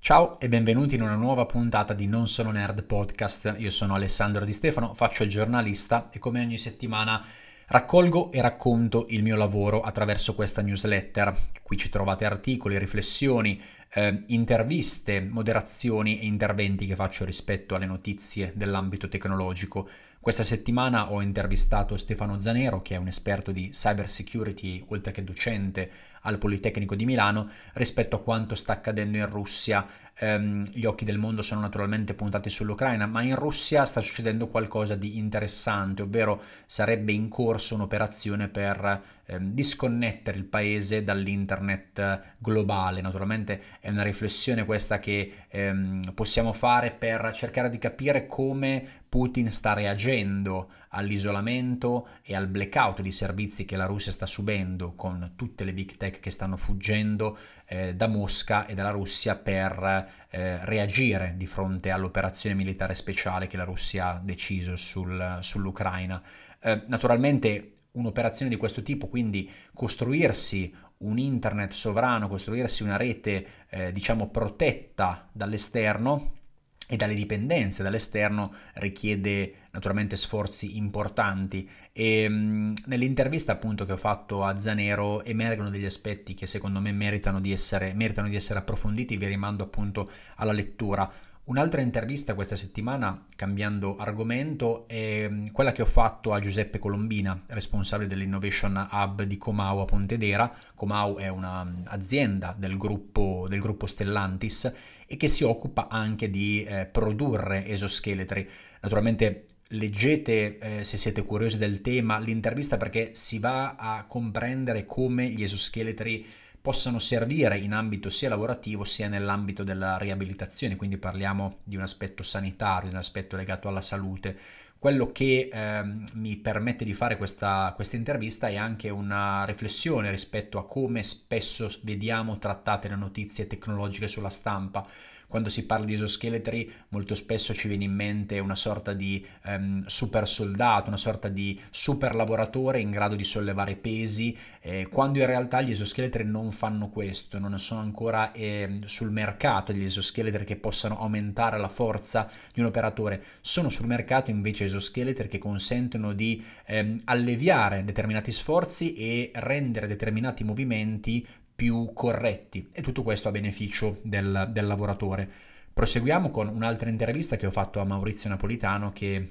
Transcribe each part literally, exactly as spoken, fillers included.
Ciao e benvenuti in una nuova puntata di Non Sono Nerd Podcast. Io sono Alessandro Di Stefano, faccio il giornalista e come ogni settimana raccolgo e racconto il mio lavoro attraverso questa newsletter. Qui ci trovate articoli, riflessioni, eh, interviste, moderazioni e interventi che faccio rispetto alle notizie dell'ambito tecnologico. Questa settimana ho intervistato Stefano Zanero, che è un esperto di cyber security, oltre che docente al Politecnico di Milano, rispetto a quanto sta accadendo in Russia. Ehm, gli occhi del mondo sono naturalmente puntati sull'Ucraina, ma in Russia sta succedendo qualcosa di interessante, ovvero sarebbe in corso un'operazione per ehm, disconnettere il paese dall'internet globale. Naturalmente è una riflessione questa che ehm, possiamo fare per cercare di capire come Putin sta reagendo all'isolamento e al blackout di servizi che la Russia sta subendo, con tutte le big tech che stanno fuggendo eh, da Mosca e dalla Russia per eh, reagire di fronte all'operazione militare speciale che la Russia ha deciso sul, sull'Ucraina. Eh, naturalmente un'operazione di questo tipo, quindi costruirsi un internet sovrano, costruirsi una rete eh, diciamo protetta dall'esterno e dalle dipendenze dall'esterno, richiede naturalmente sforzi importanti e mh, nell'intervista appunto che ho fatto a Zanero emergono degli aspetti che secondo me meritano di essere, meritano di essere approfonditi. Vi rimando appunto alla lettura. Un'altra intervista questa settimana, cambiando argomento, è quella che ho fatto a Giuseppe Colombina, responsabile dell'Innovation Hub di Comau a Pontedera. Comau è un'azienda del gruppo, del gruppo Stellantis e che si occupa anche di eh, produrre esoscheletri. Naturalmente leggete, eh, se siete curiosi del tema, l'intervista, perché si va a comprendere come gli esoscheletri possano servire in ambito sia lavorativo sia nell'ambito della riabilitazione, quindi parliamo di un aspetto sanitario, di un aspetto legato alla salute. Quello che eh, mi permette di fare questa, questa intervista è anche una riflessione rispetto a come spesso vediamo trattate le notizie tecnologiche sulla stampa. Quando si parla di esoscheletri molto spesso ci viene in mente una sorta di ehm, super soldato, una sorta di super lavoratore in grado di sollevare pesi, eh, quando in realtà gli esoscheletri non fanno questo, non sono ancora eh, sul mercato gli esoscheletri che possano aumentare la forza di un operatore. Sono sul mercato invece esoscheletri che consentono di ehm, alleviare determinati sforzi e rendere determinati movimenti più corretti, e tutto questo a beneficio del, del lavoratore. Proseguiamo con un'altra intervista che ho fatto a Maurizio Napolitano, che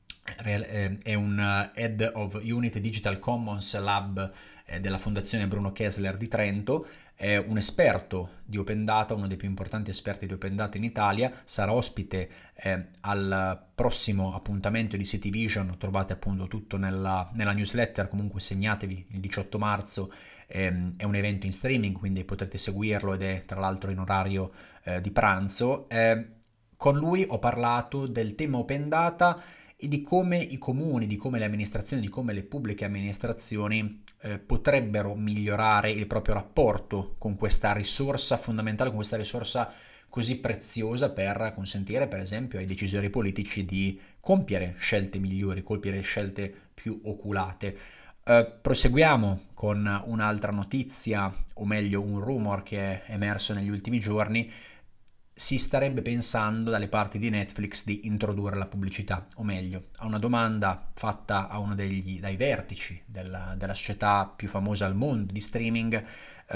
è un Head of Unit Digital Commons Lab della Fondazione Bruno Kessler di Trento. È un esperto di Open Data, uno dei più importanti esperti di Open Data in Italia. Sarà ospite eh, al prossimo appuntamento di City Vision. Trovate appunto tutto nella, nella newsletter, comunque segnatevi il diciotto marzo. Ehm, è un evento in streaming, quindi potrete seguirlo ed è tra l'altro in orario eh, di pranzo. Eh, con lui ho parlato del tema Open Data e di come i comuni, di come le amministrazioni, di come le pubbliche amministrazioni eh, potrebbero migliorare il proprio rapporto con questa risorsa fondamentale, con questa risorsa così preziosa per consentire per esempio ai decisori politici di compiere scelte migliori, compiere scelte più oculate. Uh, proseguiamo con un'altra notizia, o meglio un rumor che è emerso negli ultimi giorni. Si starebbe pensando dalle parti di Netflix di introdurre la pubblicità, o meglio, a una domanda fatta a uno degli, dai vertici della, della società più famosa al mondo di streaming,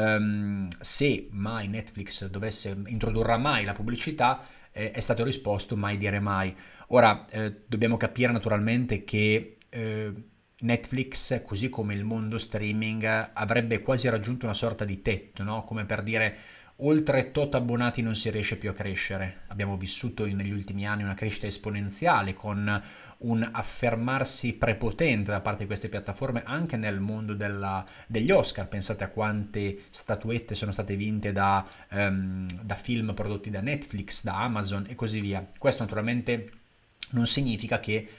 um, se mai Netflix dovesse introdurrà mai la pubblicità, eh, è stato risposto mai dire mai. Ora, eh, dobbiamo capire naturalmente che eh, Netflix, così come il mondo streaming, avrebbe quasi raggiunto una sorta di tetto, no? Come per dire, oltre tot abbonati non si riesce più a crescere. Abbiamo vissuto negli ultimi anni una crescita esponenziale, con un affermarsi prepotente da parte di queste piattaforme anche nel mondo della, degli Oscar. Pensate a quante statuette sono state vinte da, um, da film prodotti da Netflix, da Amazon e così via. Questo naturalmente non significa che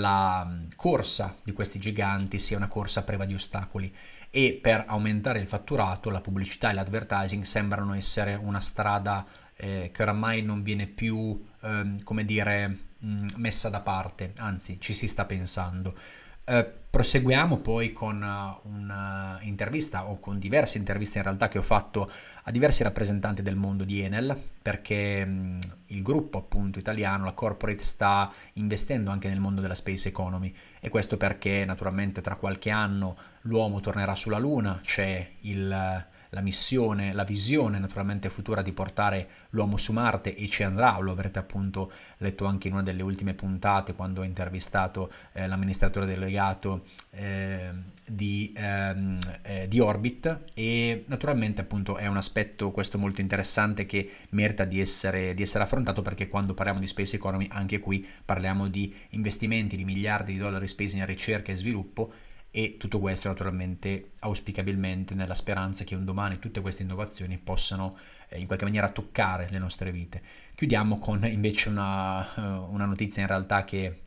la corsa di questi giganti sia una corsa priva di ostacoli, e per aumentare il fatturato la pubblicità e l'advertising sembrano essere una strada eh, che oramai non viene più eh, come dire mh, messa da parte, anzi ci si sta pensando. Eh, proseguiamo poi con uh, un'intervista o con diverse interviste in realtà che ho fatto a diversi rappresentanti del mondo di Enel, perché mh, il gruppo appunto italiano, la corporate, sta investendo anche nel mondo della space economy, e questo perché naturalmente tra qualche anno l'uomo tornerà sulla Luna, c'è il la missione, la visione naturalmente futura di portare l'uomo su Marte, e ci andrà. Lo avrete appunto letto anche in una delle ultime puntate, quando ho intervistato eh, l'amministratore delegato eh, di, ehm, eh, di Orbit, e naturalmente appunto è un aspetto questo molto interessante che merita di essere, di essere affrontato, perché quando parliamo di space economy anche qui parliamo di investimenti di miliardi di dollari spesi in ricerca e sviluppo, e tutto questo naturalmente auspicabilmente nella speranza che un domani tutte queste innovazioni possano eh, in qualche maniera toccare le nostre vite. Chiudiamo con invece una, uh, una notizia in realtà che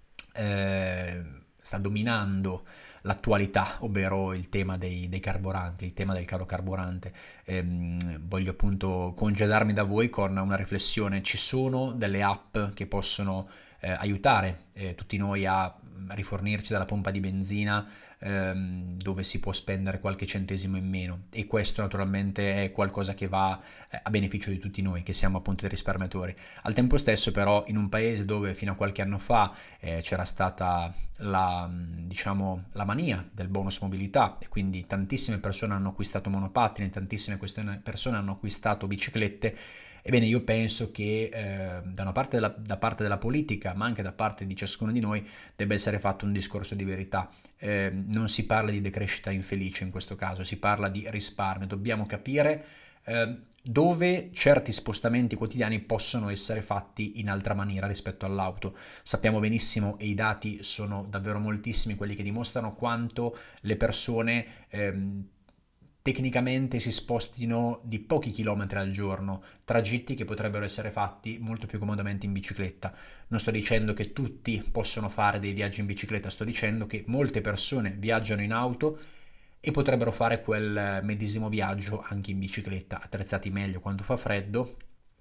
eh, sta dominando l'attualità, ovvero il tema dei, dei carburanti, il tema del caro carburante. Ehm, voglio appunto congedarmi da voi con una riflessione. Ci sono delle app che possono eh, aiutare eh, tutti noi a rifornirci dalla pompa di benzina, ehm, dove si può spendere qualche centesimo in meno, e questo naturalmente è qualcosa che va eh, a beneficio di tutti noi che siamo appunto dei risparmiatori. Al tempo stesso però, in un paese dove fino a qualche anno fa eh, c'era stata la, diciamo, la mania del bonus mobilità, e quindi tantissime persone hanno acquistato monopattini, tantissime persone hanno acquistato biciclette, ebbene io penso che eh, da una parte della, da parte della politica, ma anche da parte di ciascuno di noi, debba essere fatto un discorso di verità. Eh, non si parla di decrescita infelice in questo caso, si parla di risparmio. Dobbiamo capire eh, dove certi spostamenti quotidiani possono essere fatti in altra maniera rispetto all'auto. Sappiamo benissimo, e i dati sono davvero moltissimi, quelli che dimostrano quanto le persone ehm, tecnicamente si spostino di pochi chilometri al giorno, tragitti che potrebbero essere fatti molto più comodamente in bicicletta. Non sto dicendo che tutti possono fare dei viaggi in bicicletta, sto dicendo che molte persone viaggiano in auto e potrebbero fare quel medesimo viaggio anche in bicicletta, attrezzati meglio quando fa freddo,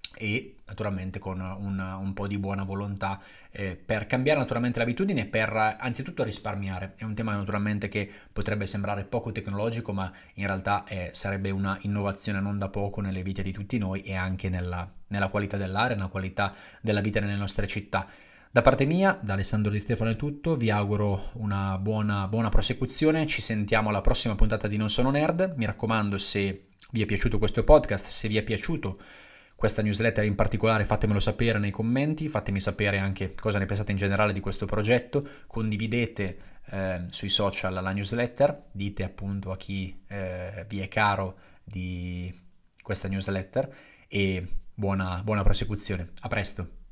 e naturalmente con un, un po' di buona volontà eh, per cambiare naturalmente l'abitudine, per anzitutto risparmiare. È un tema naturalmente che potrebbe sembrare poco tecnologico, ma in realtà eh, sarebbe una innovazione non da poco nelle vite di tutti noi, e anche nella, nella qualità dell'aria, nella qualità della vita nelle nostre città. Da parte mia, da Alessandro Di Stefano è tutto, vi auguro una buona, buona prosecuzione, ci sentiamo alla prossima puntata di Non Sono Nerd. Mi raccomando, se vi è piaciuto questo podcast, se vi è piaciuto questa newsletter in particolare, fatemelo sapere nei commenti, fatemi sapere anche cosa ne pensate in generale di questo progetto, condividete eh, sui social la newsletter, dite appunto a chi eh, vi è caro di questa newsletter, e buona, buona prosecuzione. A presto!